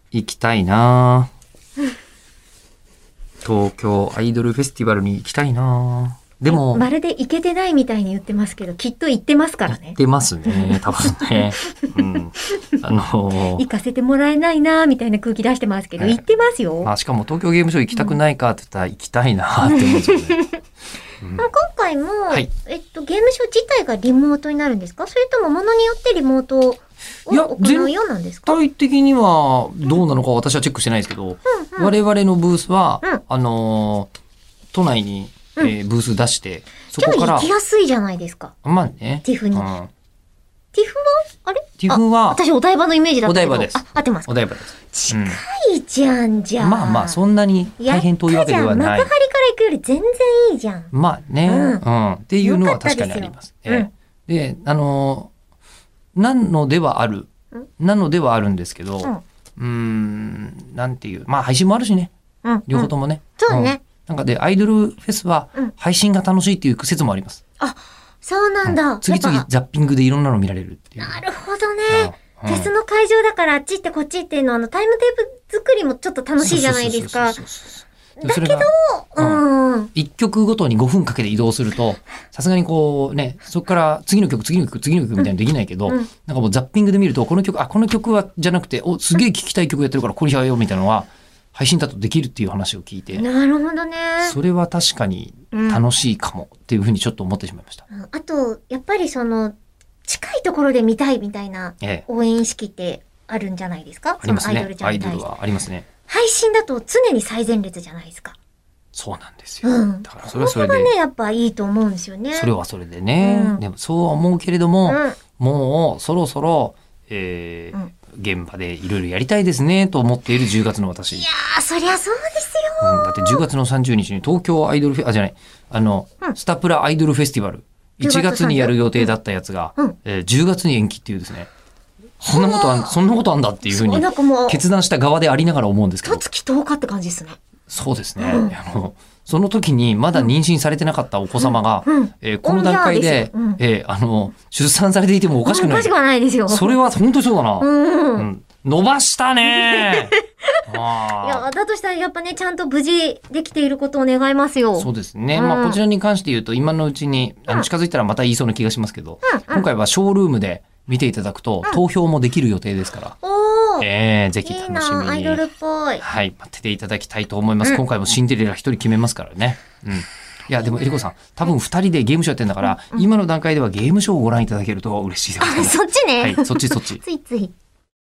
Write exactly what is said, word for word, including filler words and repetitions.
行きたいな東京アイドルフェスティバルに行きたいなでもまるで行けてないみたいに言ってますけど、きっと行ってますからね。 行ってますね、多分ね。うん。あのー、 行かせてもらえないなみたいな空気出してますけど、行ってますよ。 まあ、しかも東京ゲームショウ行きたくないかって言ったら行きたいなって思うんですよね。うん、 今回も、 はい、 えっと、ゲームショウ自体がリモートになるんですか？それともものによってリモートを行うようなんですか？ 全体的にはどうなのか私はチェックしてないですけど、うんうん、我々のブースは、うん、あのー、都内に、えー、ブース出して、そこから。 じゃあ行きやすいじゃないですか。 まあね。 ティフに。うん、ティフはあれティフは私お台場のイメージだったけど。 お台場です。 あ、合ってますか？ お台場です。 近いじゃん、じゃあ。 まあまあ、そんなに大変遠いわけではない。 幕張から行くより全然いいじゃん。 まあね、うん、うん。っていうのは確かにあります。えーうん、で、あのー、なのではある。なのではあるんですけど、うん、うーん、なんていう、まあ配信もあるしね。うん、両方ともね。 そうね。 うん、なんかで、アイドルフェスは配信が楽しいっていう説もあります。 あ、そうなんだ。うん、 次々ザッピングでいろんなの見られるっていう。 なるほどね。フェスの会場だからあっち行ってこっち行っていうのあのタイムテープ作りもちょっと楽しいじゃないですか。だけど、うん。 一曲ごとにごふんかけて移動すると、さすがにこうね、そこから次の曲、次の曲、次の曲みたいなのできないけど、うん、なんかもうザッピングで見ると、この曲、あ、この曲はじゃなくて、お、すげえ聴きたい曲やってるからこれやようみたいなのは、配信だとできるっていう話を聞いて。 なるほどね。 それは確かに楽しいかもっていうふうにちょっと思ってしまいました。 うん、あと、やっぱりその、近いところで見たいみたいな応援意識ってあるんじゃないですか？ ありますね。 そのアイドルちゃんに対して。 アイドルはありますね。 配信だと常に最前列じゃないですか。 そうなんですよ。 うん、 だからそれはそれで。 これがね、やっぱいいと思うんですよね。 それはそれでね。うん、でもそうは思うけれども、うん、もうそろそろ、えーうん、現場でいろいろやりたいですねと思っているじゅうがつの私。 いやー、そりゃそうですよ、 うん。だってじゅうがつのさんじゅうにちに東京アイドルフェ、あ、じゃない、あの、うん、スタプラアイドルフェスティバル。いちがつにやる予定だったやつが、うんえー、じゅうがつに延期っていうですね。そんなことあん、そんなことあんだっていうふうに決断した側でありながら思うんですけど。 たつきとおかって感じですね。 そうですね。うん、あのその時にまだ妊娠されてなかったお子様が、うんうんえー、この段階で、うんえー、あの出産されていてもおかしくない。 おかしくはないですよ。 それは本当にそうだな。うんうん、伸ばしたねあいやだとしたらやっぱねちゃんと無事できていることを願いますよ。 そうですね、うんまあ、こちらに関して言うと今のうちにあの近づいたらまた言いそうな気がしますけど、うんうん、今回はショールームで見ていただくと、うん、投票もできる予定ですから、 おえー、ぜひ楽しみにいいなアイドルっぽい、 はい、待ってていただきたいと思います、うん、今回もシンデレラ一人決めますからね、うん、いやでもえりこさん多分ふたりでゲームショーやってんだから、うん、今の段階ではゲームショーをご覧いただけると嬉しいでございます。 そっちね、 はい、そっちそっちついつい